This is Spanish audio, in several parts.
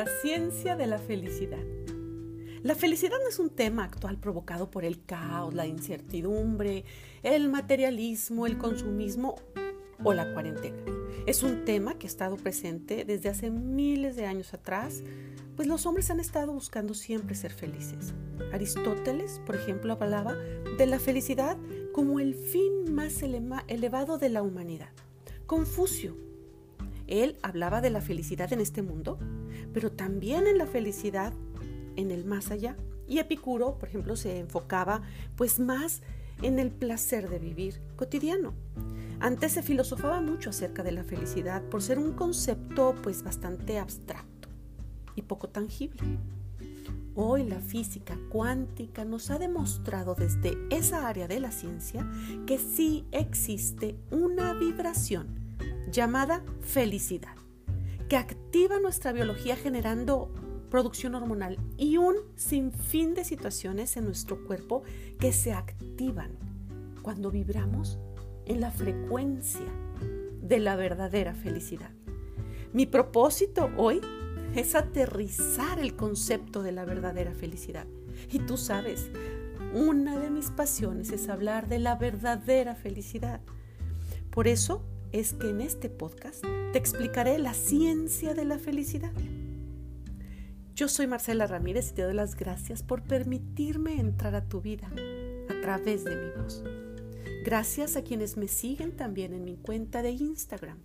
La ciencia de la felicidad. La felicidad no es un tema actual provocado por el caos, la incertidumbre, el materialismo, el consumismo o la cuarentena. Es un tema que ha estado presente desde hace miles de años atrás, pues los hombres han estado buscando siempre ser felices. Aristóteles, por ejemplo, hablaba de la felicidad como el fin más elevado de la humanidad. Confucio, él hablaba de la felicidad en este mundo, pero también en la felicidad en el más allá. Y Epicuro, por ejemplo, se enfocaba pues más en el placer de vivir cotidiano. Antes se filosofaba mucho acerca de la felicidad por ser un concepto pues bastante abstracto y poco tangible. Hoy la física cuántica nos ha demostrado desde esa área de la ciencia que sí existe una vibración llamada felicidad, que activa nuestra biología generando producción hormonal y un sinfín de situaciones en nuestro cuerpo que se activan cuando vibramos en la frecuencia de la verdadera felicidad. Mi propósito hoy es aterrizar el concepto de la verdadera felicidad. Y tú sabes, una de mis pasiones es hablar de la verdadera felicidad. Por eso es que en este podcast te explicaré la ciencia de la felicidad. Yo soy Marcela Ramírez y te doy las gracias por permitirme entrar a tu vida a través de mi voz. Gracias a quienes me siguen también en mi cuenta de Instagram,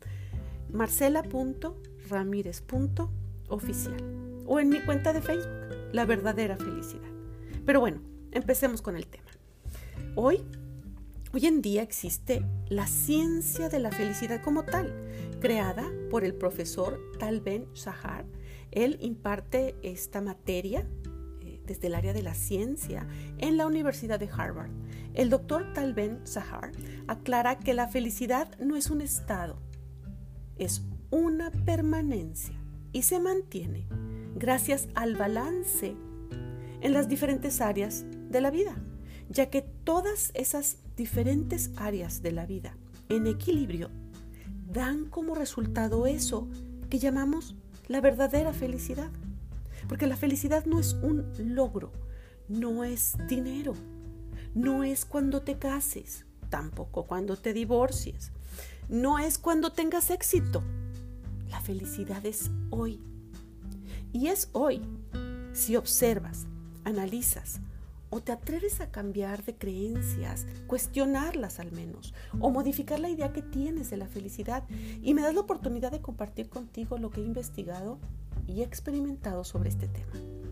marcela.ramirez.oficial, o en mi cuenta de Facebook, La Verdadera Felicidad. Pero bueno, empecemos con el tema. Hoy en día existe la ciencia de la felicidad como tal, creada por el profesor Tal Ben-Shahar. Él imparte esta materia desde el área de la ciencia en la Universidad de Harvard. El doctor Tal Ben-Shahar aclara que la felicidad no es un estado, es una permanencia y se mantiene gracias al balance en las diferentes áreas de la vida, ya que todas esas diferentes áreas de la vida en equilibrio dan como resultado eso que llamamos la verdadera felicidad. Porque la felicidad no es un logro, no es dinero, no es cuando te cases, tampoco cuando te divorcies, no es cuando tengas éxito. La felicidad es hoy. Y es hoy si observas, analizas o te atreves a cambiar de creencias, cuestionarlas al menos, o modificar la idea que tienes de la felicidad y me das la oportunidad de compartir contigo lo que he investigado y experimentado sobre este tema.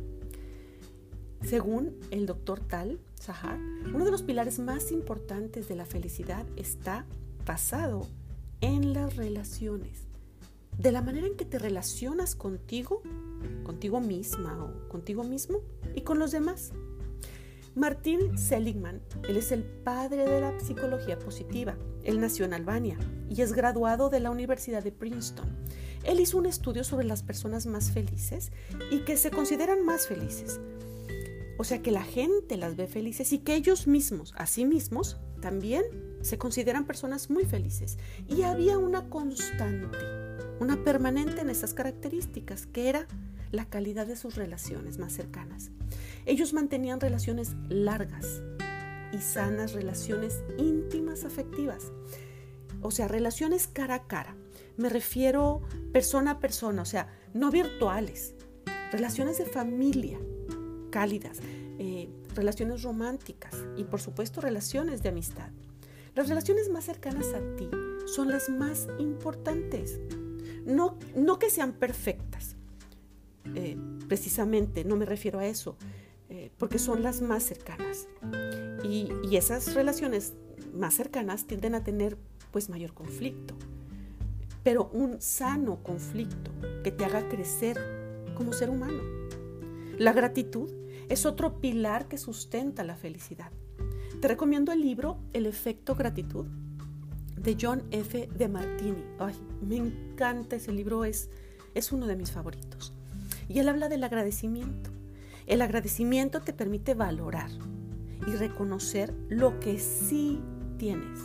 Según el doctor Tal Ben-Shahar, uno de los pilares más importantes de la felicidad está basado en las relaciones, de la manera en que te relacionas contigo misma o contigo mismo y con los demás. Martin Seligman, él es el padre de la psicología positiva. Él nació en Albania y es graduado de la Universidad de Princeton. Él hizo un estudio sobre las personas más felices y que se consideran más felices. O sea que la gente las ve felices y que ellos mismos, a sí mismos, también se consideran personas muy felices. Y había una constante, una permanente en esas características, que era la calidad de sus relaciones más cercanas. Ellos mantenían relaciones largas y sanas, relaciones íntimas afectivas, o sea, relaciones cara a cara. Me refiero persona a persona, o sea, no virtuales, relaciones de familia cálidas, relaciones románticas y por supuesto relaciones de amistad. Las relaciones más cercanas a ti son las más importantes, no que sean perfectas. Precisamente no me refiero a eso, porque son las más cercanas y esas relaciones más cercanas tienden a tener pues mayor conflicto, pero un sano conflicto que te haga crecer como ser humano. La gratitud es otro pilar que sustenta la felicidad. Te recomiendo el libro El efecto gratitud de John F. DeMartini. Me encanta ese libro, es uno de mis favoritos. Y él habla del agradecimiento. El agradecimiento te permite valorar y reconocer lo que sí tienes.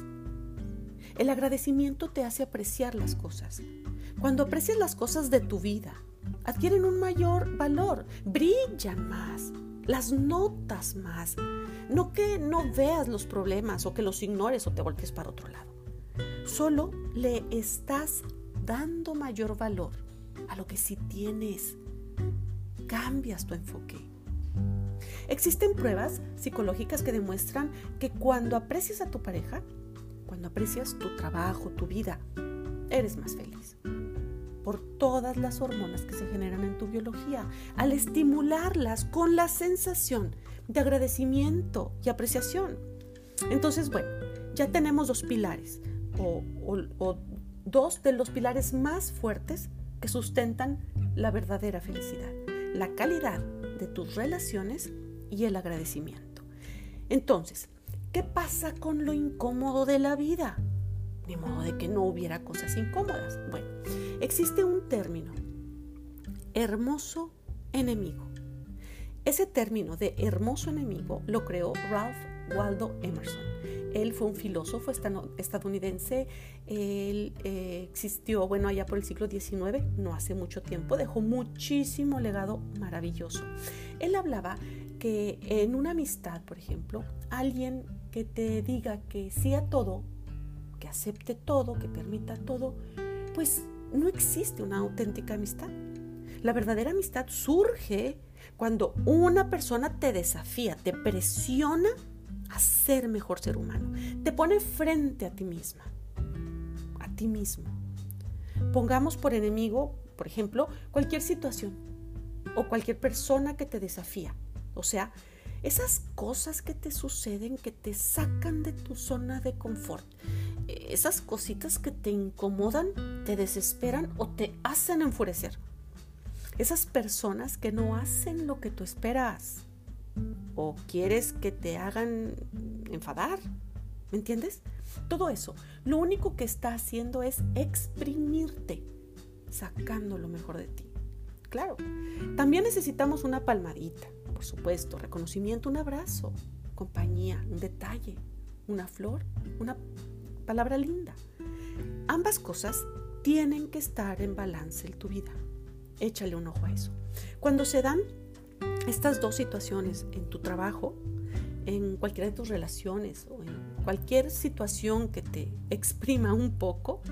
El agradecimiento te hace apreciar las cosas. Cuando aprecias las cosas de tu vida, adquieren un mayor valor, brillan más, las notas más. No que no veas los problemas o que los ignores o te voltees para otro lado. Solo le estás dando mayor valor a lo que sí tienes. Cambias tu enfoque. Existen pruebas psicológicas que demuestran que cuando aprecias a tu pareja, cuando aprecias tu trabajo, tu vida, eres más feliz. Por todas las hormonas que se generan en tu biología, al estimularlas con la sensación de agradecimiento y apreciación. Entonces, bueno, ya tenemos dos pilares, o dos de los pilares más fuertes que sustentan la verdadera felicidad: la calidad de tus relaciones y el agradecimiento. Entonces, ¿qué pasa con lo incómodo de la vida? Ni modo de que no hubiera cosas incómodas. Bueno, existe un término: hermoso enemigo. Ese término de hermoso enemigo lo creó Ralph Waldo Emerson. Él fue un filósofo estadounidense. Él existió, allá por el siglo XIX, no hace mucho tiempo. Dejó muchísimo legado maravilloso. Él hablaba que en una amistad, por ejemplo, alguien que te diga que sí a todo, que acepte todo, que permita todo, pues no existe una auténtica amistad. La verdadera amistad surge cuando una persona te desafía, te presiona a ser mejor ser humano, te pone frente a ti misma, a ti mismo. Pongamos por enemigo, por ejemplo, cualquier situación o cualquier persona que te desafía. O sea, esas cosas que te suceden, que te sacan de tu zona de confort, esas cositas que te incomodan, te desesperan o te hacen enfurecer. Esas personas que no hacen lo que tú esperas o quieres que te hagan enfadar, ¿me entiendes? Todo eso, lo único que está haciendo es exprimirte, sacando lo mejor de ti. Claro, también necesitamos una palmadita, por supuesto, reconocimiento, un abrazo, compañía, un detalle, una flor, una palabra linda. Ambas cosas tienen que estar en balance en tu vida. Échale un ojo a eso. Cuando se dan estas dos situaciones en tu trabajo, en cualquiera de tus relaciones o en cualquier situación que te exprima un poco,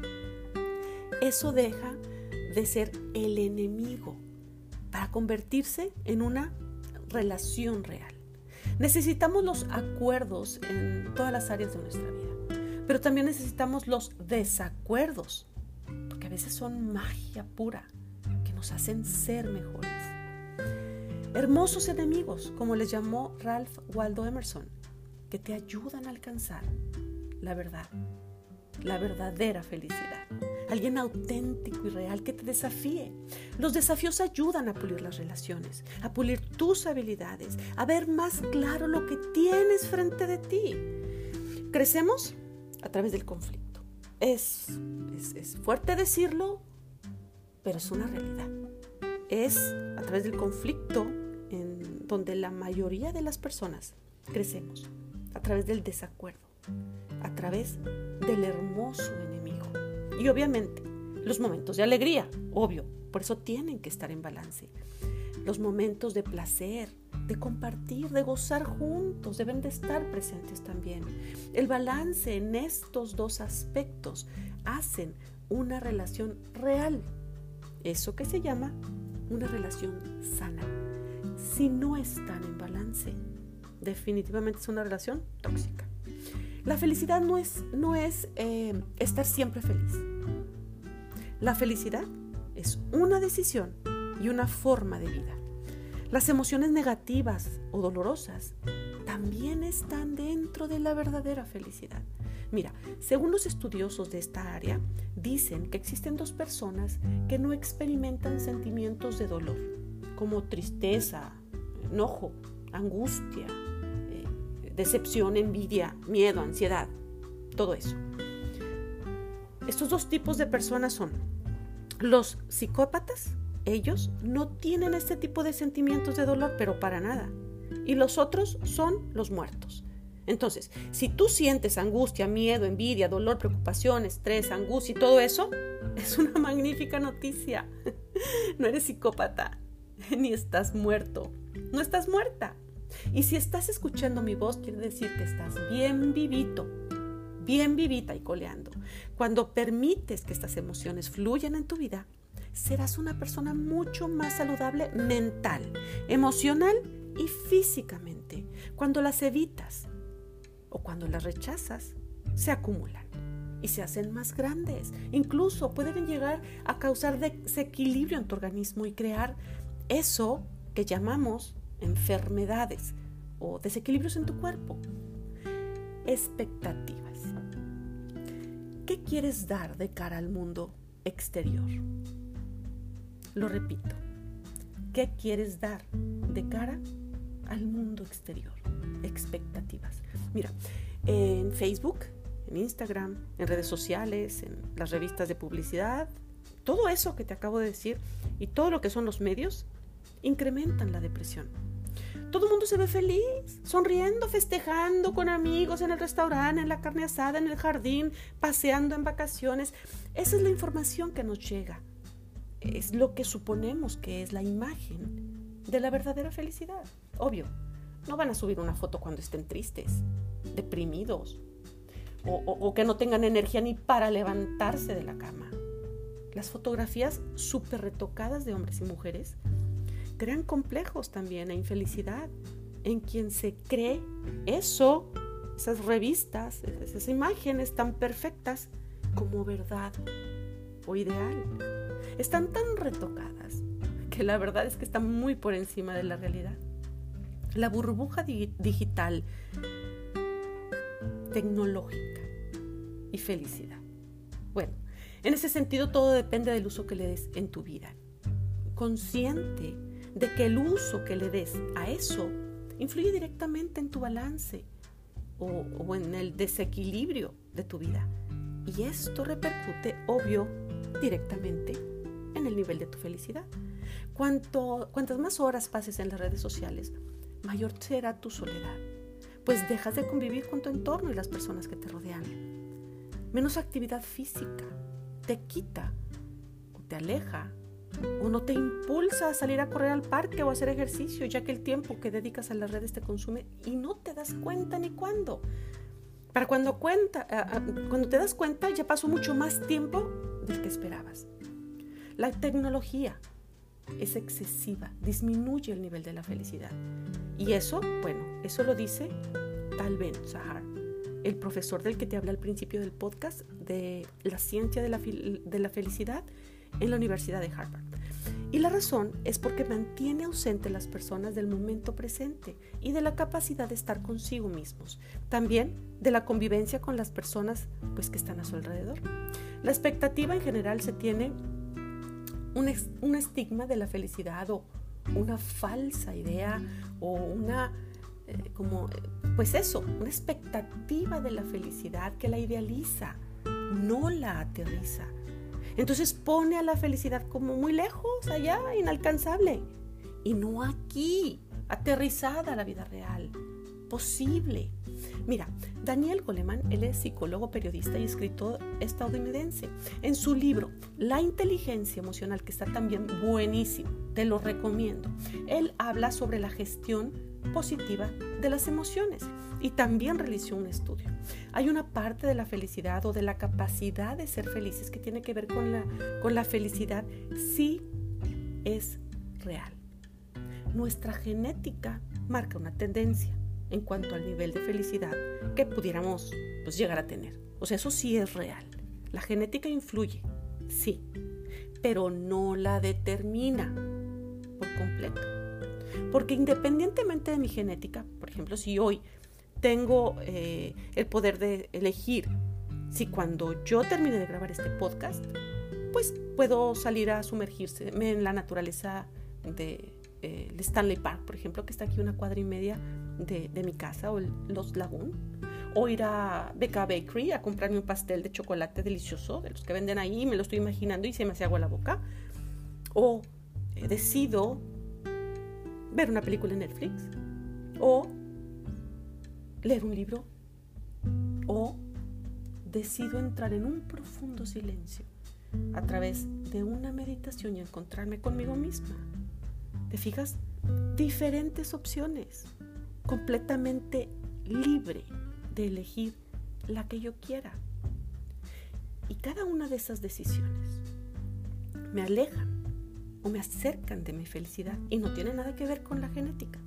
eso deja de ser el enemigo para convertirse en una relación real. Necesitamos los acuerdos en todas las áreas de nuestra vida, pero también necesitamos los desacuerdos, porque a veces son magia pura que nos hacen ser mejores. Hermosos enemigos, como les llamó Ralph Waldo Emerson, que te ayudan a alcanzar la verdad, la verdadera felicidad. Alguien auténtico y real que te desafíe. Los desafíos ayudan a pulir las relaciones, a pulir tus habilidades, a ver más claro lo que tienes frente de ti. Crecemos a través del conflicto. Es fuerte decirlo, pero es una realidad. Es a través del conflicto en donde la mayoría de las personas crecemos, a través del desacuerdo, a través del hermoso enemigo. Y obviamente, los momentos de alegría, obvio, por eso tienen que estar en balance. Los momentos de placer, de compartir, de gozar juntos, deben de estar presentes también. El balance en estos dos aspectos hacen una relación real. Eso que se llama una relación sana. Si no están en balance, definitivamente es una relación tóxica. La felicidad no es estar siempre feliz. La felicidad es una decisión y una forma de vida. Las emociones negativas o dolorosas también están dentro de la verdadera felicidad. Mira, según los estudiosos de esta área, dicen que existen dos personas que no experimentan sentimientos de dolor, como tristeza, enojo, angustia, decepción, envidia, miedo, ansiedad, todo eso. Estos dos tipos de personas son los psicópatas. Ellos no tienen este tipo de sentimientos de dolor, pero para nada. Y los otros son los muertos. Entonces, si tú sientes angustia, miedo, envidia, dolor, preocupación, estrés, angustia y todo eso, es una magnífica noticia. No eres psicópata, ni estás muerto. No estás muerta. Y si estás escuchando mi voz, quiere decir que estás bien vivito, bien vivita y coleando. Cuando permites que estas emociones fluyan en tu vida, serás una persona mucho más saludable mental, emocional y físicamente. Cuando las evitas o cuando las rechazas, se acumulan y se hacen más grandes. Incluso pueden llegar a causar desequilibrio en tu organismo y crear eso que llamamos enfermedades o desequilibrios en tu cuerpo. Expectativas. ¿Qué quieres dar de cara al mundo exterior? Lo repito. ¿Qué quieres dar de cara al mundo exterior? Expectativas. Mira, en Facebook, en Instagram, en redes sociales, en las revistas de publicidad, todo eso que te acabo de decir y todo lo que son los medios incrementan la depresión. Todo el mundo se ve feliz, sonriendo, festejando con amigos en el restaurante, en la carne asada, en el jardín, paseando en vacaciones. Esa es la información que nos llega. Es lo que suponemos que es la imagen de la verdadera felicidad. Obvio, no van a subir una foto cuando estén tristes, deprimidos, o que no tengan energía ni para levantarse de la cama. Las fotografías súper retocadas de hombres y mujeres crean complejos también e infelicidad en quien se cree eso, esas revistas, esas imágenes tan perfectas como verdad o ideal. Están tan retocadas que la verdad es que están muy por encima de la realidad. La burbuja digital, tecnológica y felicidad. Bueno, en ese sentido todo depende del uso que le des en tu vida. Consciente de que el uso que le des a eso influye directamente en tu balance o en el desequilibrio de tu vida. Y esto repercute, obvio, directamente en el nivel de tu felicidad. Cuantas más horas pases en las redes sociales, mayor será tu soledad, pues dejas de convivir con tu entorno y las personas que te rodean. Menos actividad física te quita o te aleja o no te impulsa a salir a correr al parque o a hacer ejercicio, ya que el tiempo que dedicas a las redes te consume y no te das cuenta ni cuándo. Para cuando te das cuenta, ya pasó mucho más tiempo del que esperabas. La tecnología es excesiva, disminuye el nivel de la felicidad. Y eso lo dice Tal Ben-Shahar, el profesor del que te hablé al principio del podcast de la ciencia de la felicidad en la Universidad de Harvard. Y la razón es porque mantiene ausente a las personas del momento presente y de la capacidad de estar consigo mismos, también de la convivencia con las personas que están a su alrededor. La expectativa en general se tiene un estigma de la felicidad o una falsa idea o una expectativa de la felicidad que la idealiza, no la aterriza. Entonces pone a la felicidad como muy lejos, allá, inalcanzable, y no aquí, aterrizada a la vida real, posible. Mira, Daniel Goleman, él es psicólogo, periodista y escritor estadounidense. En su libro La inteligencia emocional, que está también buenísimo, te lo recomiendo, él habla sobre la gestión positiva de las emociones y también realizó un estudio. Hay una parte de la felicidad o de la capacidad de ser felices que tiene que ver con la felicidad, sí es real. Nuestra genética marca una tendencia en cuanto al nivel de felicidad que pudiéramos llegar a tener. O sea, eso sí es real. La genética influye, sí, pero no la determina por completo. Porque independientemente de mi genética, por ejemplo, si hoy tengo el poder de elegir si cuando yo termine de grabar este podcast, pues puedo salir a sumergirme en la naturaleza de Stanley Park, por ejemplo, que está aquí 1,5 cuadras de mi casa, o Los Lagoon, o ir a BK Bakery a comprarme un pastel de chocolate delicioso, de los que venden ahí, me lo estoy imaginando y se me hace agua la boca, o decido ver una película en Netflix, o leer un libro, o decido entrar en un profundo silencio a través de una meditación y encontrarme conmigo misma. ¿Te fijas? Diferentes opciones, completamente libre de elegir la que yo quiera. Y cada una de esas decisiones me alejan o me acercan de mi felicidad y no tiene nada que ver con la genética.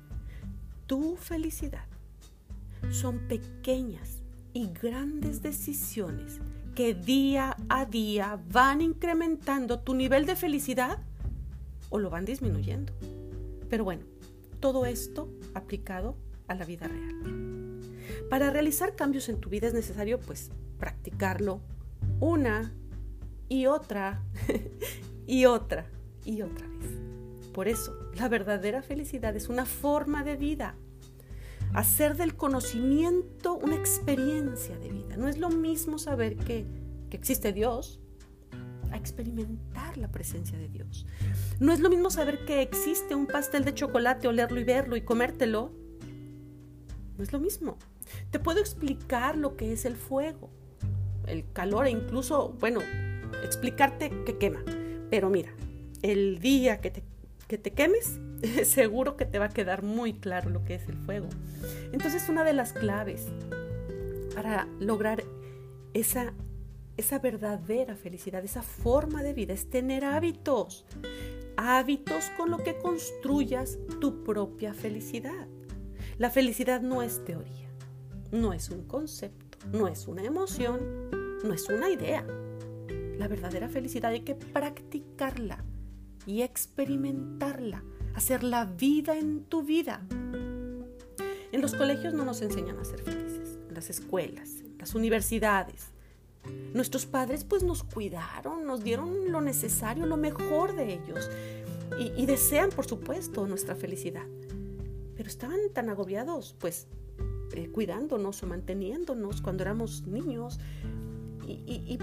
Tu felicidad son pequeñas y grandes decisiones que día a día van incrementando tu nivel de felicidad o lo van disminuyendo. Pero bueno, todo esto aplicado a la vida real. Para realizar cambios en tu vida es necesario practicarlo una y otra y otra vez. Por eso, la verdadera felicidad es una forma de vida. Hacer del conocimiento una experiencia de vida. No es lo mismo saber que existe Dios a experimentar la presencia de Dios. No es lo mismo saber que existe un pastel de chocolate, olerlo y verlo y comértelo. No es lo mismo. Te puedo explicar lo que es el fuego, el calor e incluso, explicarte que quema. Pero mira, el día que te quemes, seguro que te va a quedar muy claro lo que es el fuego. Entonces, una de las claves para lograr esa verdadera felicidad, esa forma de vida, es tener hábitos con lo que construyas tu propia felicidad. La felicidad no es teoría, no es un concepto, no es una emoción, no es una idea. La verdadera felicidad hay que practicarla y experimentarla, hacer la vida en tu vida. En los colegios no nos enseñan a ser felices, en las escuelas, en las universidades. Nuestros padres nos cuidaron, nos dieron lo necesario, lo mejor de ellos y desean, por supuesto, nuestra felicidad. Pero estaban tan agobiados, cuidándonos o manteniéndonos cuando éramos niños y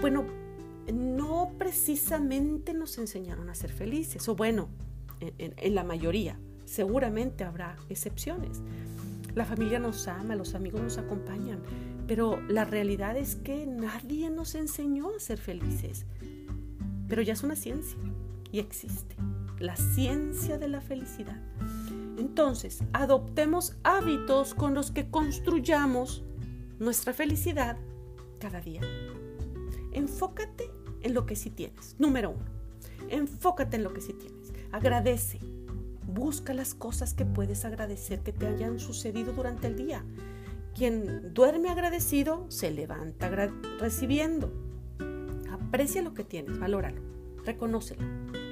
no precisamente nos enseñaron a ser felices, o en la mayoría, seguramente habrá excepciones. La familia nos ama, los amigos nos acompañan, pero la realidad es que nadie nos enseñó a ser felices. Pero ya es una ciencia y existe, la ciencia de la felicidad. Entonces, adoptemos hábitos con los que construyamos nuestra felicidad cada día. Enfócate en lo que sí tienes. Número 1, enfócate en lo que sí tienes. Agradece. Busca las cosas que puedes agradecer que te hayan sucedido durante el día. Quien duerme agradecido se levanta recibiendo. Aprecia lo que tienes, valóralo, reconócelo.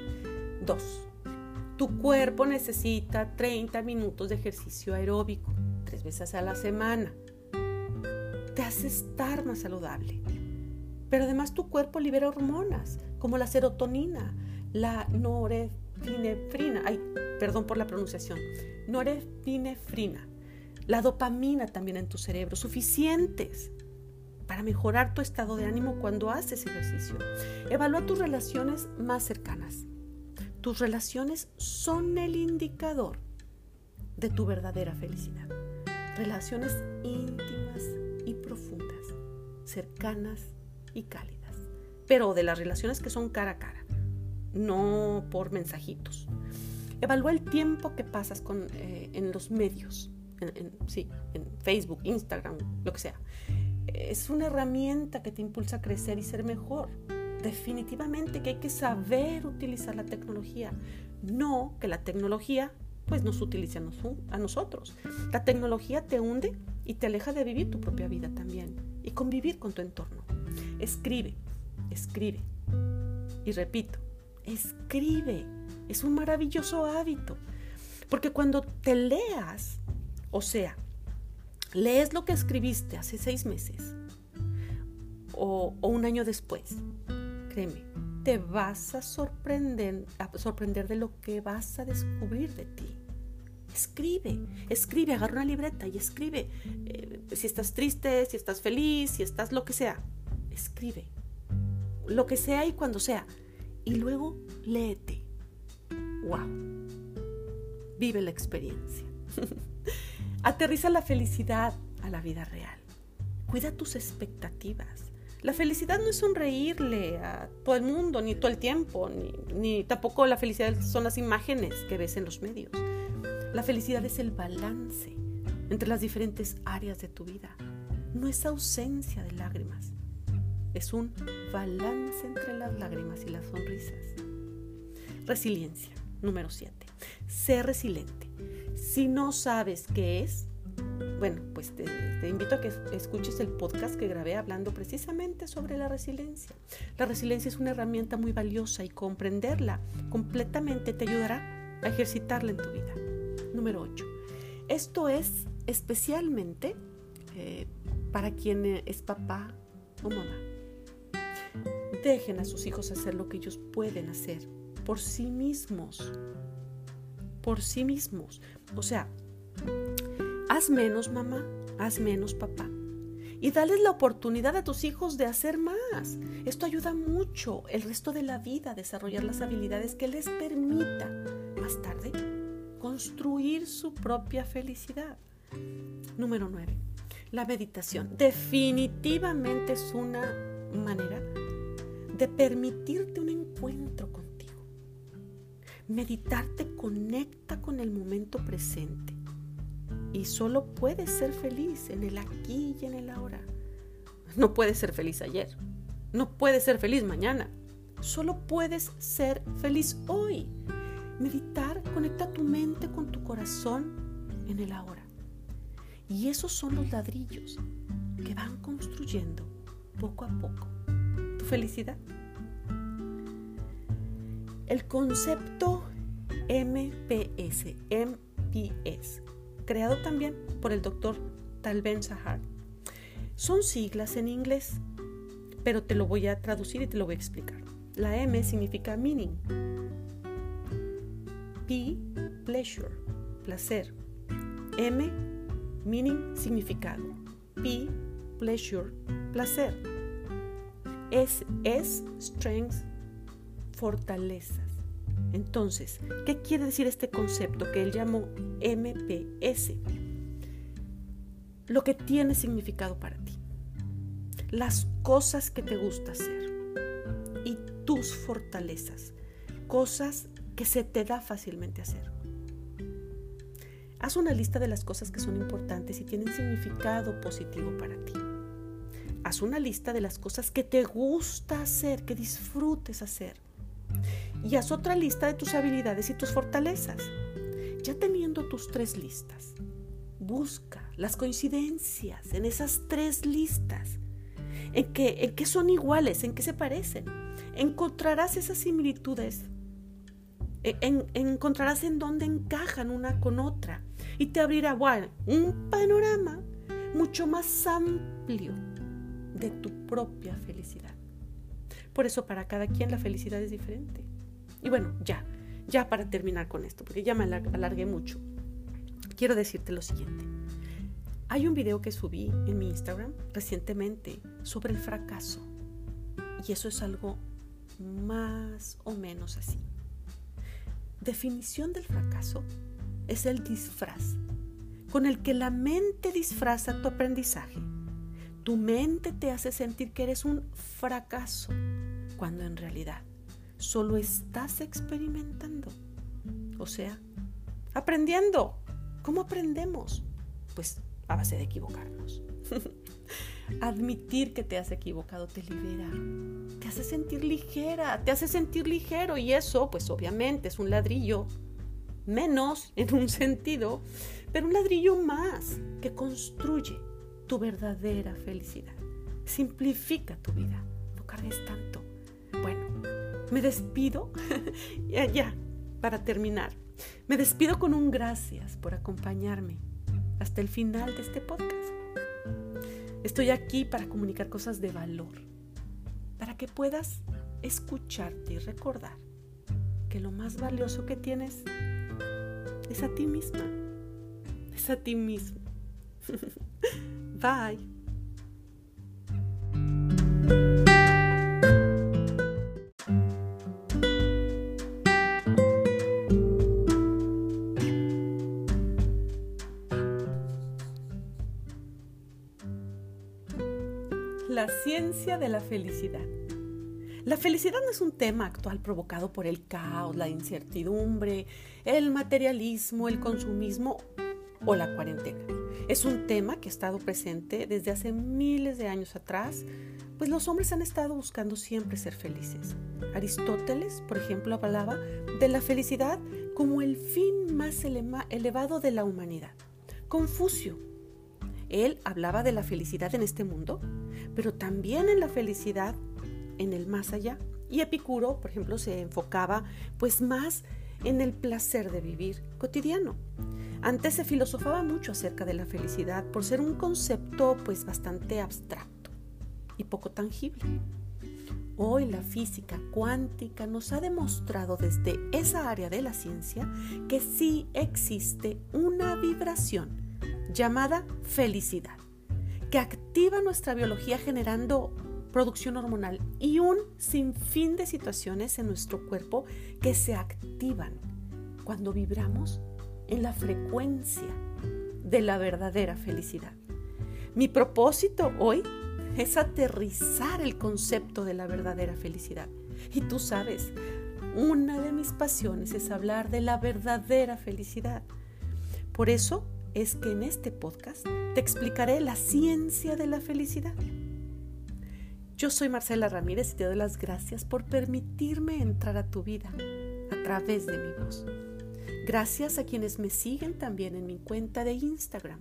2. Tu cuerpo necesita 30 minutos de ejercicio aeróbico 3 veces a la semana. Te hace estar más saludable. Pero además tu cuerpo libera hormonas como la serotonina, la norepinefrina, perdón por la pronunciación, norepinefrina, la dopamina también en tu cerebro, suficientes para mejorar tu estado de ánimo cuando haces ejercicio. Evalúa tus relaciones más cercanas. Tus relaciones son el indicador de tu verdadera felicidad. Relaciones íntimas y profundas, cercanas y cálidas, pero de las relaciones que son cara a cara, no por mensajitos. Evalúa el tiempo que pasas en los medios, en Facebook, Instagram, lo que sea. Es una herramienta que te impulsa a crecer y ser mejor. Definitivamente que hay que saber utilizar la tecnología, no que la tecnología nos utilice a nosotros. La tecnología te hunde y te aleja de vivir tu propia vida también y convivir con tu entorno. Escribe. Y repito, escribe. Es un maravilloso hábito, porque cuando te leas, lees lo que escribiste hace 6 meses o un año después, créeme, te vas a sorprender de lo que vas a descubrir de ti. Escribe, agarra una libreta y escribe. Si estás triste, si estás feliz, si estás lo que sea, escribe. Lo que sea y cuando sea. Y luego léete. ¡Wow! Vive la experiencia. Aterriza la felicidad a la vida real. Cuida tus expectativas. La felicidad no es sonreírle a todo el mundo, ni todo el tiempo, ni tampoco la felicidad son las imágenes que ves en los medios. La felicidad es el balance entre las diferentes áreas de tu vida. No es ausencia de lágrimas, es un balance entre las lágrimas y las sonrisas. Resiliencia, número 7. Sé resiliente. Si no sabes qué es, bueno, pues te invito a que escuches el podcast que grabé hablando precisamente sobre la resiliencia. La resiliencia es una herramienta muy valiosa y comprenderla completamente te ayudará a ejercitarla en tu vida. Número 8. Esto es especialmente para quien es papá o mamá. Dejen a sus hijos hacer lo que ellos pueden hacer por sí mismos. Por sí mismos. O sea, haz menos mamá, haz menos papá. Y dales la oportunidad a tus hijos de hacer más. Esto ayuda mucho el resto de la vida a desarrollar las habilidades que les permita más tarde construir su propia felicidad. Número 9. La meditación definitivamente es una manera de permitirte un encuentro contigo. Meditar te conecta con el momento presente y solo puedes ser feliz en el aquí y en el ahora. No puedes ser feliz ayer, no puedes ser feliz mañana, solo puedes ser feliz hoy. Meditar conecta tu mente con tu corazón en el ahora. Y esos son los ladrillos que van construyendo poco a poco tu felicidad. El concepto MPS, creado también por el doctor Tal Ben-Shahar, son siglas en inglés, pero te lo voy a traducir y te lo voy a explicar. La M significa meaning, P, pleasure, placer, M, meaning, significado, P, pleasure, placer, S, strength, fortalezas. Entonces, ¿qué quiere decir este concepto que él llamó MPS? Lo que tiene significado para ti, las cosas que te gusta hacer y tus fortalezas, cosas que se te da fácilmente hacer. Haz una lista de las cosas que son importantes y tienen significado positivo para ti. Haz una lista de las cosas que te gusta hacer, que disfrutes hacer. Y haz otra lista de tus habilidades y tus fortalezas. Ya teniendo tus 3 listas, busca las coincidencias en esas 3 listas. ¿En qué son iguales? ¿En qué se parecen? Encontrarás esas similitudes. Encontrarás en dónde encajan una con otra. Y te abrirá un panorama mucho más amplio de tu propia felicidad. Por eso para cada quien la felicidad es diferente. Y bueno, ya para terminar con esto, porque ya me alargué mucho, quiero decirte lo siguiente. Hay un video que subí en mi Instagram recientemente sobre el fracaso. Y eso es algo más o menos así. Definición del fracaso es el disfraz con el que la mente disfraza tu aprendizaje. Tu mente te hace sentir que eres un fracaso, cuando en realidad solo estás experimentando. O sea, aprendiendo. ¿Cómo aprendemos? Pues a base de equivocarnos. Admitir que te has equivocado te libera, te hace sentir ligera, te hace sentir ligero, y eso pues obviamente es un ladrillo menos en un sentido, pero un ladrillo más que construye tu verdadera felicidad. Simplifica tu vida, no cargues tanto. Bueno, me despido ya para terminar. Me despido con un gracias por acompañarme hasta el final de este podcast. Estoy aquí para comunicar cosas de valor, para que puedas escucharte y recordar que lo más valioso que tienes es a ti misma, es a ti mismo. Bye. La ciencia de la felicidad. La felicidad no es un tema actual provocado por el caos, la incertidumbre, el materialismo, el consumismo o la cuarentena. Es un tema que ha estado presente desde hace miles de años atrás, pues los hombres han estado buscando siempre ser felices. Aristóteles, por ejemplo, hablaba de la felicidad como el fin más elevado de la humanidad. Confucio, él hablaba de la felicidad en este mundo, pero también en la felicidad en el más allá. Y Epicuro, por ejemplo, se enfocaba pues más en el placer de vivir cotidiano. Antes se filosofaba mucho acerca de la felicidad por ser un concepto pues bastante abstracto y poco tangible. Hoy la física cuántica nos ha demostrado desde esa área de la ciencia que sí existe una vibración llamada felicidad, que activa nuestra biología generando producción hormonal y un sinfín de situaciones en nuestro cuerpo que se activan cuando vibramos en la frecuencia de la verdadera felicidad. Mi propósito hoy es aterrizar el concepto de la verdadera felicidad. Y tú sabes, una de mis pasiones es hablar de la verdadera felicidad. Por eso es que en este podcast te explicaré la ciencia de la felicidad. Yo soy Marcela Ramírez y te doy las gracias por permitirme entrar a tu vida a través de mi voz. Gracias a quienes me siguen también en mi cuenta de Instagram,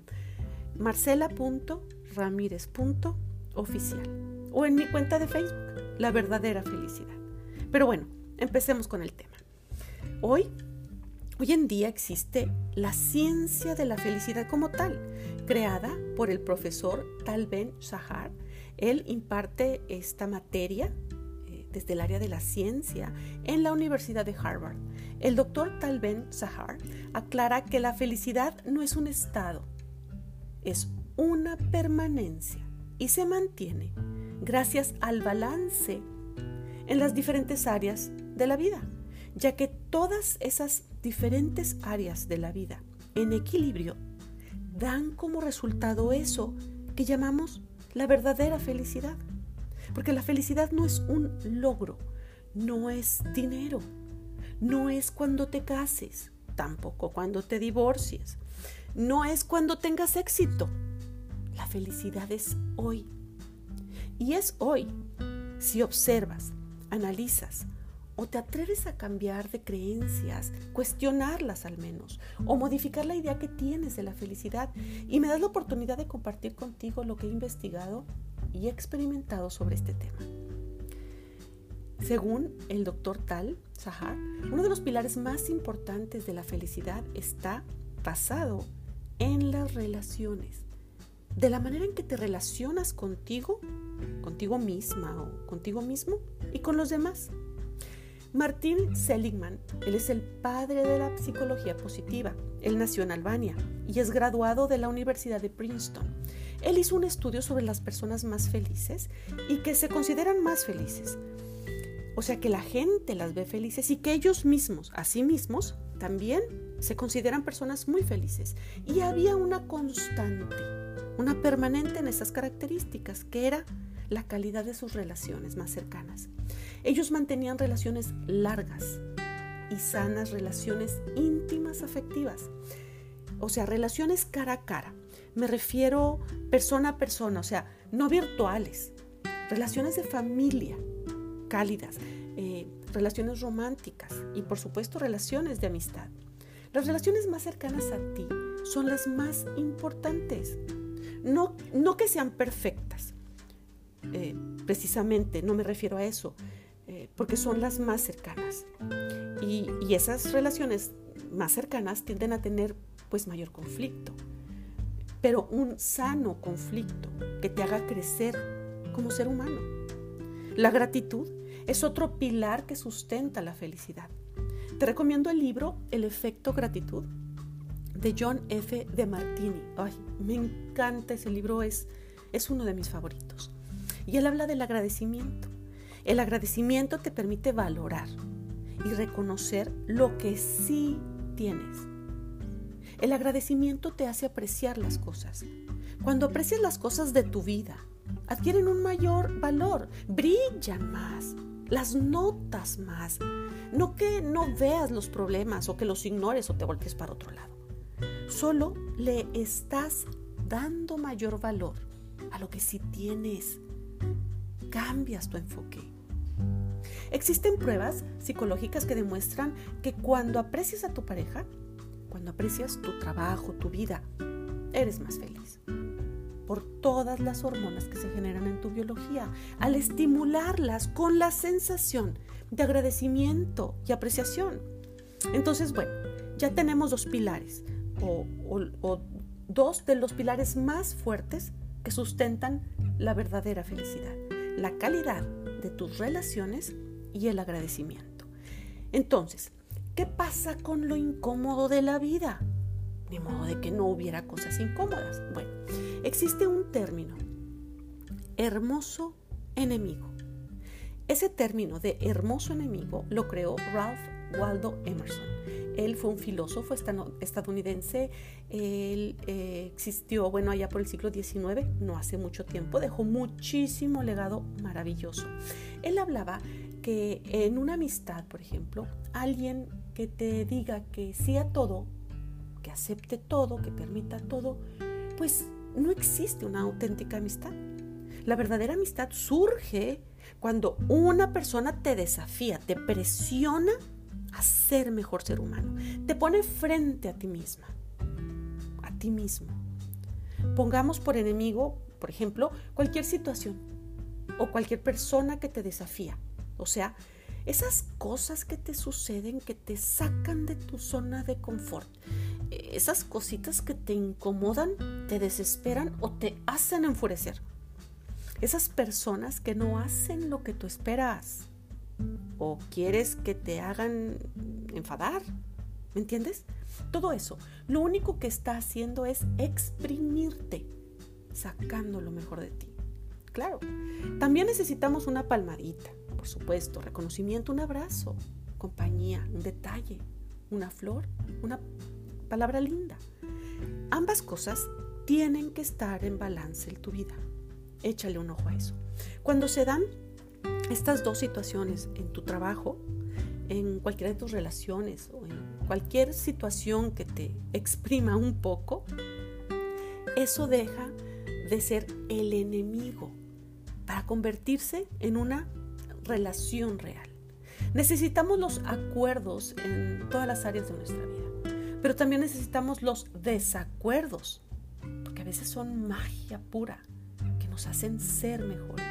marcela.ramirez.oficial, o en mi cuenta de Facebook, La Verdadera Felicidad. Pero bueno, empecemos con el tema. Hoy en día existe la ciencia de la felicidad como tal, creada por el profesor Tal Ben-Shahar. Él imparte esta materia desde el área de la ciencia en la Universidad de Harvard. El doctor Tal Ben-Shahar aclara que la felicidad no es un estado, es una permanencia y se mantiene gracias al balance en las diferentes áreas de la vida, ya que todas esas diferentes áreas de la vida en equilibrio dan como resultado eso que llamamos la verdadera felicidad. Porque la felicidad no es un logro, no es dinero, no es cuando te cases, tampoco cuando te divorcies, no es cuando tengas éxito. La felicidad es hoy. Y es hoy si observas, analizas o te atreves a cambiar de creencias, cuestionarlas al menos, o modificar la idea que tienes de la felicidad, y me das la oportunidad de compartir contigo lo que he investigado y experimentado sobre este tema. Según el doctor Tal Ben-Shahar, uno de los pilares más importantes de la felicidad está basado en las relaciones, de la manera en que te relacionas contigo misma o contigo mismo y con los demás. Martin Seligman, él es el padre de la psicología positiva. Él nació en Albania y es graduado de la Universidad de Princeton. Él hizo un estudio sobre las personas más felices y que se consideran más felices. O sea que la gente las ve felices y que ellos mismos, a sí mismos, también se consideran personas muy felices. Y había una constante, una permanente en esas características, que era la calidad de sus relaciones más cercanas. Ellos mantenían relaciones largas y sanas, relaciones íntimas afectivas, o sea, relaciones cara a cara. Me refiero persona a persona, o sea, no virtuales, relaciones de familia cálidas, relaciones románticas y por supuesto relaciones de amistad. Las relaciones más cercanas a ti son las más importantes, no que sean perfectas. Precisamente no me refiero a eso, porque son las más cercanas y esas relaciones más cercanas tienden a tener pues mayor conflicto, pero un sano conflicto que te haga crecer como ser humano. La gratitud es otro pilar que sustenta la felicidad. Te recomiendo el libro El efecto gratitud de John F. DeMartini. Ay, me encanta ese libro, es uno de mis favoritos. Y él habla del agradecimiento. El agradecimiento te permite valorar y reconocer lo que sí tienes. El agradecimiento te hace apreciar las cosas. Cuando aprecias las cosas de tu vida, adquieren un mayor valor, brillan más, las notas más. No que no veas los problemas o que los ignores o te voltees para otro lado. Solo le estás dando mayor valor a lo que sí tienes. Cambias tu enfoque. Existen pruebas psicológicas que demuestran que cuando aprecias a tu pareja, cuando aprecias tu trabajo, tu vida, eres más feliz. Por todas las hormonas que se generan en tu biología, al estimularlas con la sensación de agradecimiento y apreciación. Entonces, bueno, ya tenemos dos pilares o dos de los pilares más fuertes que sustentan la verdadera felicidad: la calidad de tus relaciones y el agradecimiento. Entonces, ¿qué pasa con lo incómodo de la vida? Ni modo de que no hubiera cosas incómodas. Bueno, existe un término: hermoso enemigo. Ese término de hermoso enemigo lo creó Ralph Waldo Emerson. Él fue un filósofo estadounidense. Él existió, allá por el siglo XIX, no hace mucho tiempo. Dejó muchísimo legado maravilloso. Él hablaba que en una amistad, por ejemplo, alguien que te diga que sí a todo, que acepte todo, que permita todo, pues no existe una auténtica amistad. La verdadera amistad surge cuando una persona te desafía, te presiona a ser mejor ser humano, te pone frente a ti misma, a ti mismo. Pongamos por enemigo, por ejemplo, cualquier situación o cualquier persona que te desafía. O sea, esas cosas que te suceden, que te sacan de tu zona de confort, esas cositas que te incomodan, te desesperan o te hacen enfurecer. Esas personas que no hacen lo que tú esperas o quieres que te hagan enfadar, ¿me entiendes? Todo eso, lo único que está haciendo es exprimirte, sacando lo mejor de ti. Claro, también necesitamos una palmadita, por supuesto, reconocimiento, un abrazo, compañía, un detalle, una flor, una palabra linda. Ambas cosas tienen que estar en balance en tu vida. Échale un ojo a eso. Cuando se dan estas dos situaciones en tu trabajo, en cualquiera de tus relaciones o en cualquier situación que te exprima un poco, eso deja de ser el enemigo para convertirse en una relación real. Necesitamos los acuerdos en todas las áreas de nuestra vida, pero también necesitamos los desacuerdos, porque a veces son magia pura que nos hacen ser mejores.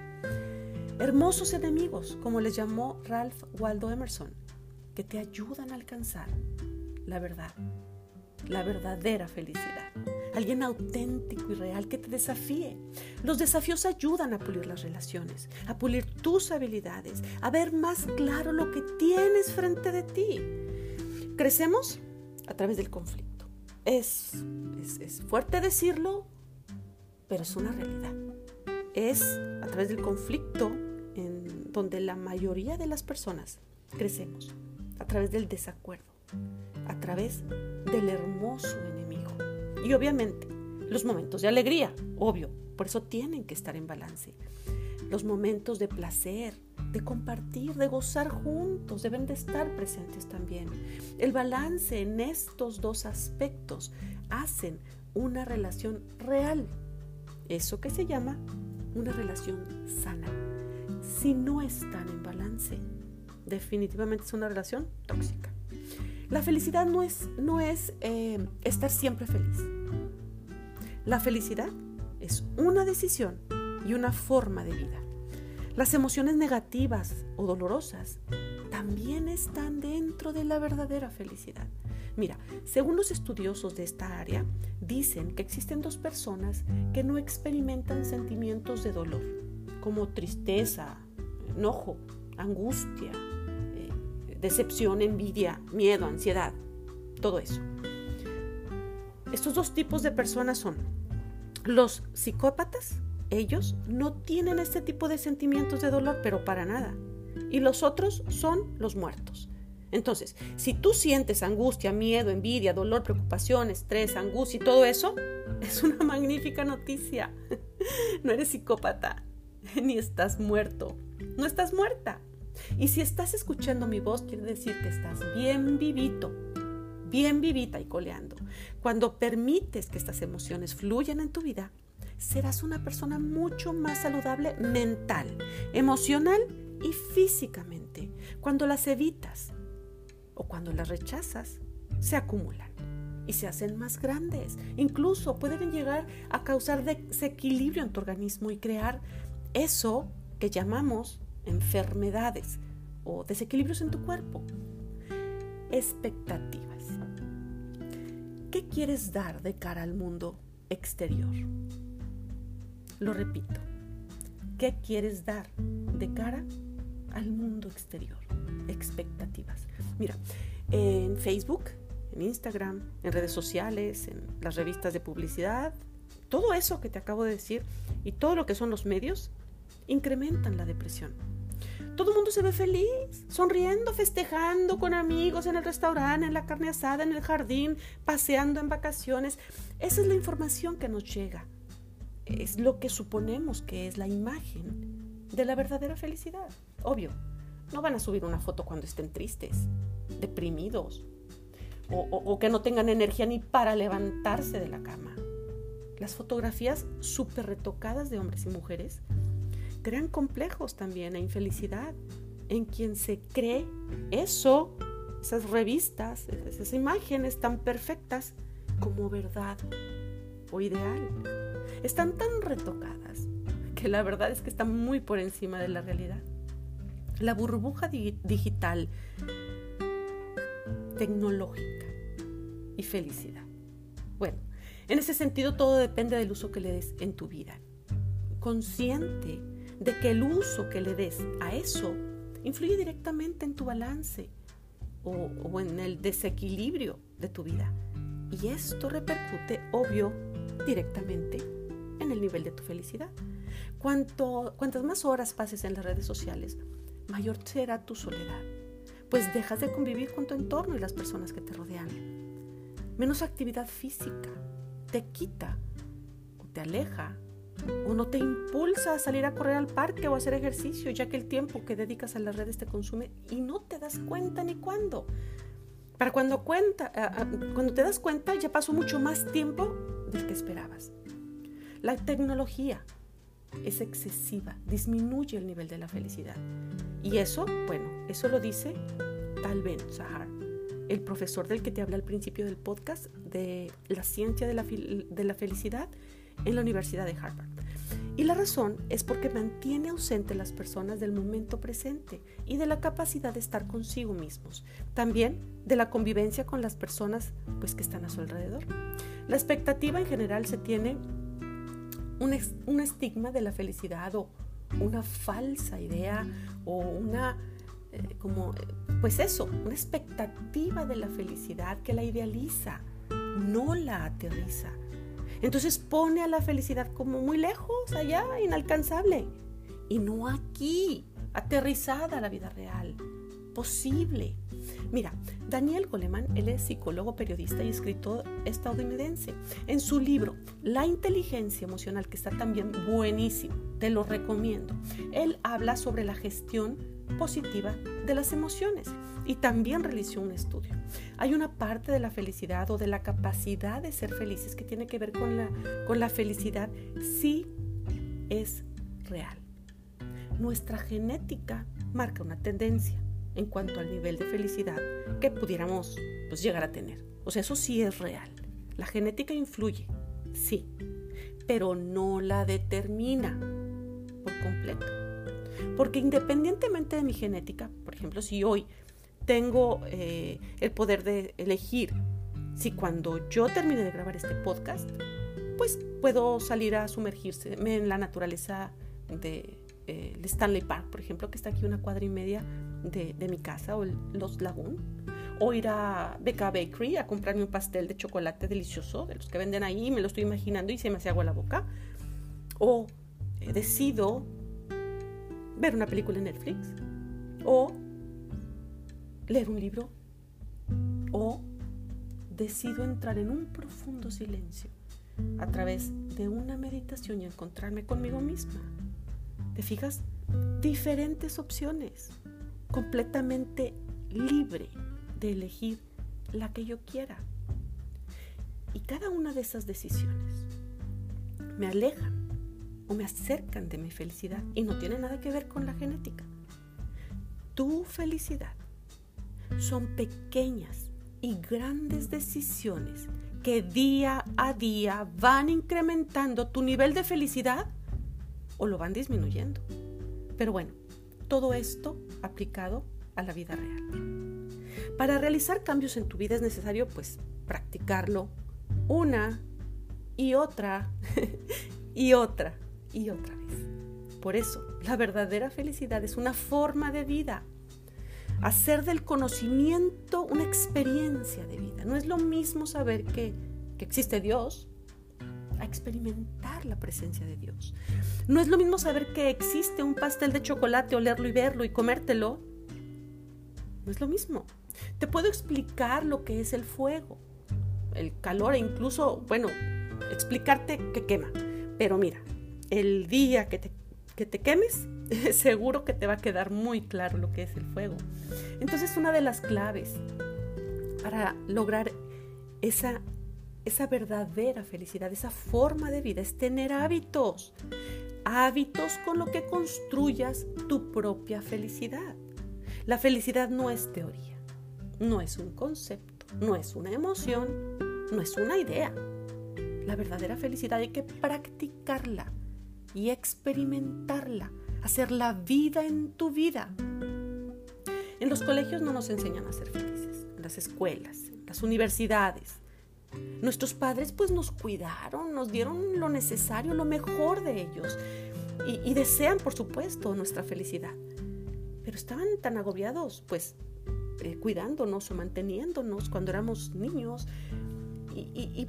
Hermosos enemigos, como les llamó Ralph Waldo Emerson, que te ayudan a alcanzar la verdad, la verdadera felicidad. Alguien auténtico y real que te desafíe. Los desafíos ayudan a pulir las relaciones, a pulir tus habilidades, a ver más claro lo que tienes frente de ti. Crecemos a través del conflicto. Es fuerte decirlo, pero es una realidad. Es a través del conflicto en donde la mayoría de las personas crecemos, a través del desacuerdo, a través del hermoso enemigo. Y obviamente los momentos de alegría, obvio, por eso tienen que estar en balance. Los momentos de placer, de compartir, de gozar juntos, deben de estar presentes también. El balance en estos dos aspectos hacen una relación real. Eso que se llama una relación sana. Si no están en balance, definitivamente es una relación tóxica. La felicidad no es estar siempre feliz. La felicidad es una decisión y una forma de vida. Las emociones negativas o dolorosas también están dentro de la verdadera felicidad. Mira, según los estudiosos de esta área, dicen que existen dos personas que no experimentan sentimientos de dolor, como tristeza, enojo, angustia, decepción, envidia, miedo, ansiedad, todo eso. Estos dos tipos de personas son los psicópatas. Ellos no tienen este tipo de sentimientos de dolor, pero para nada. Y los otros son los muertos. Entonces, si tú sientes angustia, miedo, envidia, dolor, preocupación, estrés, angustia y todo eso, es una magnífica noticia. No eres psicópata, ni estás muerto, no estás muerta. Y si estás escuchando mi voz, quiere decir que estás bien vivito, bien vivita y coleando. Cuando permites que estas emociones fluyan en tu vida, serás una persona mucho más saludable mental, emocional y físicamente. Cuando las evitas o cuando las rechazas, se acumulan y se hacen más grandes. Incluso pueden llegar a causar desequilibrio en tu organismo y crear eso que llamamos enfermedades o desequilibrios en tu cuerpo. Expectativas. ¿Qué quieres dar de cara al mundo exterior? Lo repito. ¿Qué quieres dar de cara al mundo exterior? Expectativas. Mira, en Facebook, en Instagram, en redes sociales, en las revistas de publicidad, todo eso que te acabo de decir y todo lo que son los medios incrementan la depresión. Todo el mundo se ve feliz, sonriendo, festejando con amigos en el restaurante, en la carne asada, en el jardín, paseando en vacaciones. Esa es la información que nos llega. Es lo que suponemos que es la imagen de la verdadera felicidad. Obvio, no van a subir una foto cuando estén tristes, deprimidos, o que no tengan energía ni para levantarse de la cama. Las fotografías súper retocadas de hombres y mujeres crean complejos también e infelicidad en quien se cree eso, esas revistas, esas imágenes tan perfectas como verdad o ideal. Están tan retocadas que la verdad es que están muy por encima de la realidad. La burbuja digital, tecnológica y felicidad. Bueno, en ese sentido todo depende del uso que le des en tu vida. Consciente de que el uso que le des a eso influye directamente en tu balance o en el desequilibrio de tu vida. Y esto repercute, obvio, directamente en el nivel de tu felicidad. Cuantas más horas pases en las redes sociales, mayor será tu soledad, pues dejas de convivir con tu entorno y las personas que te rodean. Menos actividad física te quita o te aleja o no te impulsa a salir a correr al parque o a hacer ejercicio, ya que el tiempo que dedicas a las redes te consume y no te das cuenta ni cuándo. Cuando te das cuenta ya pasó mucho más tiempo del que esperabas. La tecnología es excesiva, disminuye el nivel de la felicidad. Y eso lo dice Tal Ben-Shahar, el profesor del que te hablé al principio del podcast de la ciencia de la felicidad en la Universidad de Harvard. Y la razón es porque mantiene ausente a las personas del momento presente y de la capacidad de estar consigo mismos, también de la convivencia con las personas que están a su alrededor. La expectativa en general se tiene un estigma de la felicidad o una falsa idea o una expectativa de la felicidad que la idealiza, no la aterriza. Entonces pone a la felicidad como muy lejos, allá, inalcanzable, y no aquí, aterrizada a la vida real, posible. Mira, Daniel Goleman, él es psicólogo, periodista y escritor estadounidense. En su libro La inteligencia emocional, que está también buenísimo, te lo recomiendo, él habla sobre la gestión positiva de las emociones y también realizó un estudio. Hay una parte de la felicidad o de la capacidad de ser felices que tiene que ver con la felicidad, sí es real. Nuestra genética marca una tendencia en cuanto al nivel de felicidad que pudiéramos llegar a tener. O sea, eso sí es real. La genética influye, sí, pero no la determina por completo. Porque independientemente de mi genética, por ejemplo, si hoy tengo el poder de elegir si cuando yo termine de grabar este podcast, pues puedo salir a sumergirme en la naturaleza de Stanley Park, por ejemplo, que está aquí 1,5 cuadras de mi casa, o los Lagoon, o ir a BK Bakery a comprarme un pastel de chocolate delicioso, de los que venden ahí, me lo estoy imaginando y se me hace agua la boca, o decido ver una película en Netflix, o leer un libro o decido entrar en un profundo silencio a través de una meditación y encontrarme conmigo misma. ¿Te fijas? Diferentes opciones, completamente libre de elegir la que yo quiera. Y cada una de esas decisiones me alejan o me acercan de mi felicidad y no tiene nada que ver con la genética. Tu felicidad son pequeñas y grandes decisiones que día a día van incrementando tu nivel de felicidad o lo van disminuyendo. Pero bueno, todo esto aplicado a la vida real. Para realizar cambios en tu vida es necesario practicarlo una y otra y otra vez. Por eso, la verdadera felicidad es una forma de vida. Hacer del conocimiento una experiencia de vida. No es lo mismo saber que existe Dios a experimentar la presencia de Dios. No es lo mismo saber que existe un pastel de chocolate, olerlo y verlo y comértelo. No es lo mismo. Te puedo explicar lo que es el fuego, el calor e incluso, explicarte que quema. Pero mira, el día que te quemes, seguro que te va a quedar muy claro lo que es el fuego. Entonces, una de las claves para lograr esa verdadera felicidad, esa forma de vida, es tener hábitos con lo que construyas tu propia felicidad. La felicidad no es teoría, no es un concepto, no es una emoción, no es una idea. La verdadera felicidad hay que practicarla y experimentarla, hacer la vida en tu vida. En los colegios no nos enseñan a ser felices, en las escuelas, en las universidades. Nuestros padres nos cuidaron, nos dieron lo necesario, lo mejor de ellos y desean, por supuesto, nuestra felicidad. Pero estaban tan agobiados, cuidándonos o manteniéndonos cuando éramos niños y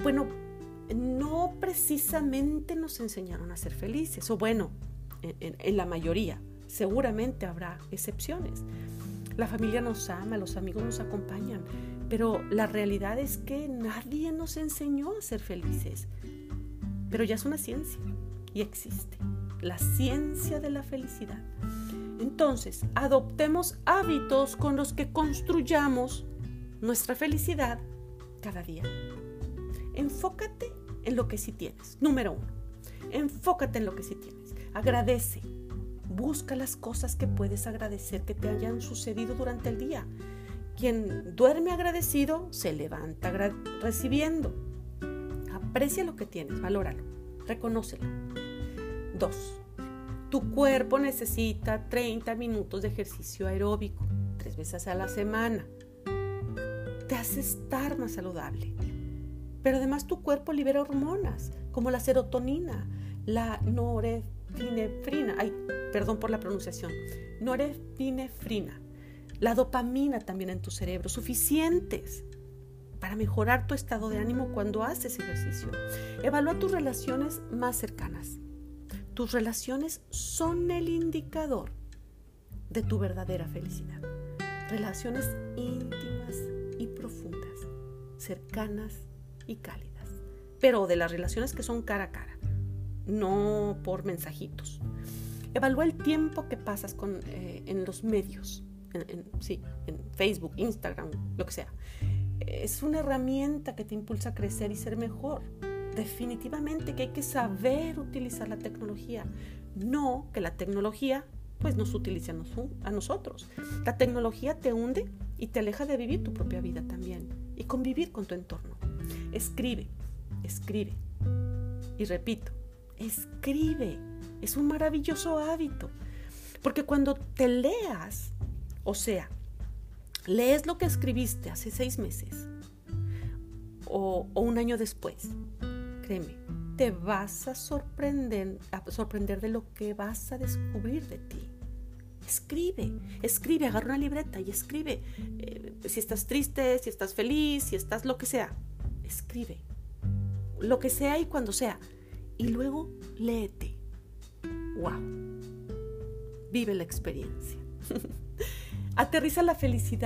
no precisamente nos enseñaron a ser felices, o en la mayoría, seguramente habrá excepciones. La familia nos ama, los amigos nos acompañan, pero la realidad es que nadie nos enseñó a ser felices. Pero ya es una ciencia y existe, la ciencia de la felicidad. Entonces, adoptemos hábitos con los que construyamos nuestra felicidad cada día. Enfócate en lo que sí tienes. Número 1, enfócate en lo que sí tienes. Agradece. Busca las cosas que puedes agradecer que te hayan sucedido durante el día. Quien duerme agradecido se levanta recibiendo. Aprecia lo que tienes, valóralo, reconócelo. 2, tu cuerpo necesita 30 minutos de ejercicio aeróbico 3 veces a la semana. Te hace estar más saludable. Pero además tu cuerpo libera hormonas como la serotonina, la norepinefrina, perdón por la pronunciación, norepinefrina, la dopamina también en tu cerebro, suficientes para mejorar tu estado de ánimo cuando haces ejercicio. Evalúa tus relaciones más cercanas. Tus relaciones son el indicador de tu verdadera felicidad. Relaciones íntimas y profundas, cercanas y cálidas, pero de las relaciones que son cara a cara, no por mensajitos. Evalúa el tiempo que pasas en los medios, en Facebook, Instagram, lo que sea. Es una herramienta que te impulsa a crecer y ser mejor. Definitivamente que hay que saber utilizar la tecnología, no que la tecnología nos utilice a nosotros. La tecnología te hunde y te aleja de vivir tu propia vida también y convivir con tu entorno. Escribe. Y repito, escribe. Es un maravilloso hábito. Porque cuando te leas, lees lo que escribiste hace 6 meses o un año después, créeme, te vas a sorprender de lo que vas a descubrir de ti. Escribe, agarra una libreta y escribe. Si estás triste, si estás feliz, si estás lo que sea, escribe. Lo que sea y cuando sea. Y luego léete. ¡Wow! Vive la experiencia. Aterriza la felicidad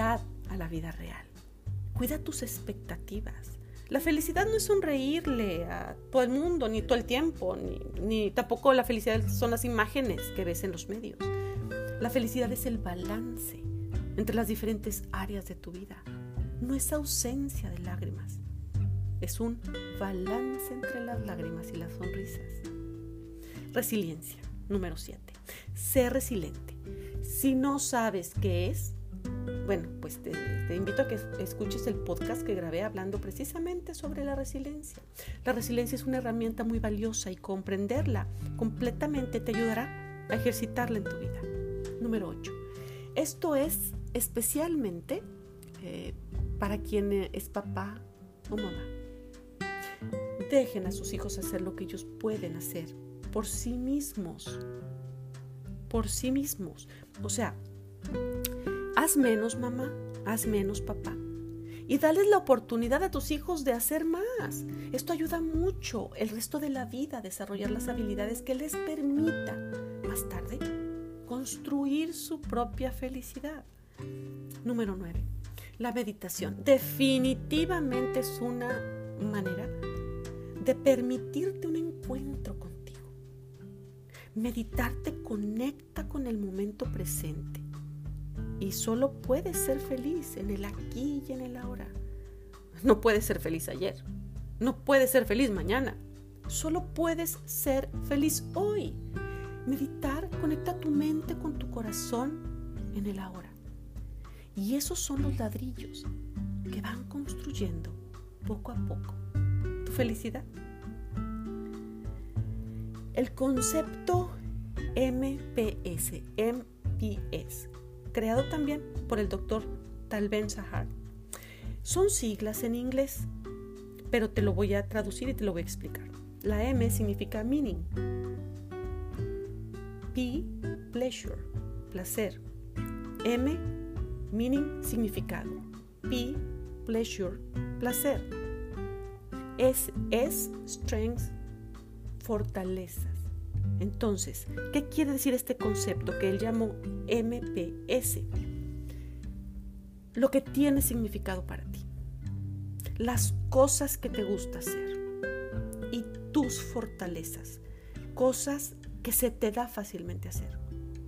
a la vida real. Cuida tus expectativas. La felicidad no es sonreírle a todo el mundo, ni todo el tiempo, ni tampoco la felicidad son las imágenes que ves en los medios. La felicidad es el balance entre las diferentes áreas de tu vida. No es ausencia de lágrimas, es un balance entre las lágrimas y las sonrisas. Resiliencia, número 7. Sé resiliente. Si no sabes qué es, bueno, pues te invito a que escuches el podcast que grabé hablando precisamente sobre la resiliencia. La resiliencia es una herramienta muy valiosa y comprenderla completamente te ayudará a ejercitarla en tu vida. Número 8. Esto es especialmente para quien es papá o mamá. Dejen a sus hijos hacer lo que ellos pueden hacer por sí mismos. Por sí mismos. O sea, haz menos mamá, haz menos papá. Y dales la oportunidad a tus hijos de hacer más. Esto ayuda mucho el resto de la vida a desarrollar las habilidades que les permita más tarde construir su propia felicidad. Número 9. La meditación definitivamente es una manera de permitirte un encuentro contigo. Meditar te conecta con el momento presente y solo puedes ser feliz en el aquí y en el ahora. No puedes ser feliz ayer, no puedes ser feliz mañana, solo puedes ser feliz hoy. Meditar conecta tu mente con tu corazón en el ahora. Y esos son los ladrillos que van construyendo poco a poco tu felicidad. El concepto MPS, creado también por el doctor Tal Ben-Shahar, son siglas en inglés, pero te lo voy a traducir y te lo voy a explicar. La M significa meaning, P, pleasure, placer, M, meaning, significado, P, pleasure, placer, S, strength, fortalezas. Entonces, ¿qué quiere decir este concepto que él llamó MPS? Lo que tiene significado para ti, las cosas que te gusta hacer y tus fortalezas, cosas que se te da fácilmente hacer.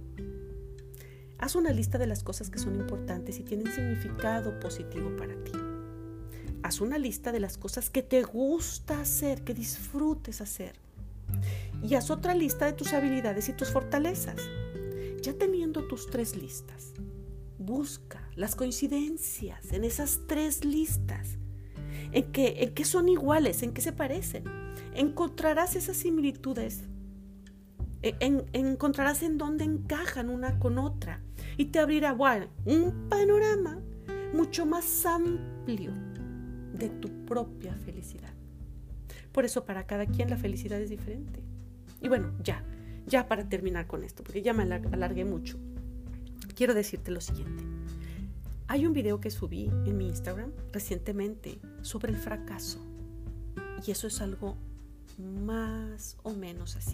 Haz una lista de las cosas que son importantes y tienen significado positivo para ti. Haz una lista de las cosas que te gusta hacer, que disfrutes hacer. Y haz otra lista de tus habilidades y tus fortalezas. Ya teniendo tus 3 listas, busca las coincidencias en esas 3 listas. ¿En qué son iguales? ¿En qué se parecen? Encontrarás esas similitudes. Encontrarás en dónde encajan una con otra. Y te abrirá un panorama mucho más amplio de tu propia felicidad. Por eso para cada quien la felicidad es diferente. Y bueno, ya para terminar con esto, porque ya me alargué mucho, quiero decirte lo siguiente. Hay un video que subí en mi Instagram recientemente sobre el fracaso. Y eso es algo más o menos así.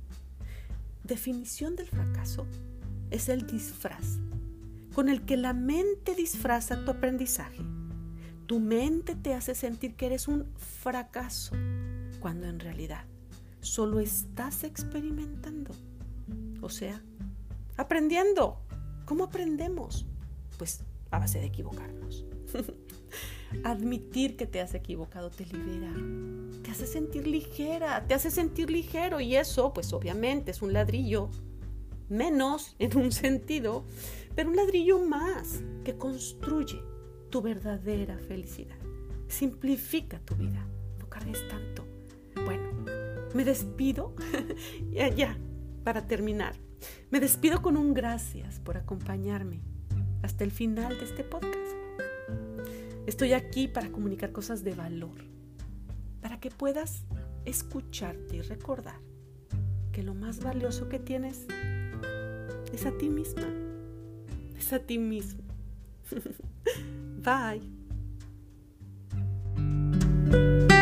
Definición del fracaso es el disfraz con el que la mente disfraza tu aprendizaje. Tu mente te hace sentir que eres un fracaso, cuando en realidad solo estás experimentando. O sea, aprendiendo. ¿Cómo aprendemos? Pues a base de equivocarnos. Admitir que te has equivocado te libera, te hace sentir ligera, te hace sentir ligero, y eso pues obviamente es un ladrillo menos en un sentido, pero un ladrillo más que construye tu verdadera felicidad. Simplifica tu vida, no cargues tanto. Bueno, me despido ya para terminar. Me despido con un gracias por acompañarme hasta el final de este podcast. Estoy aquí para comunicar cosas de valor, para que puedas escucharte y recordar que lo más valioso que tienes es a ti misma, es a ti mismo. Bye.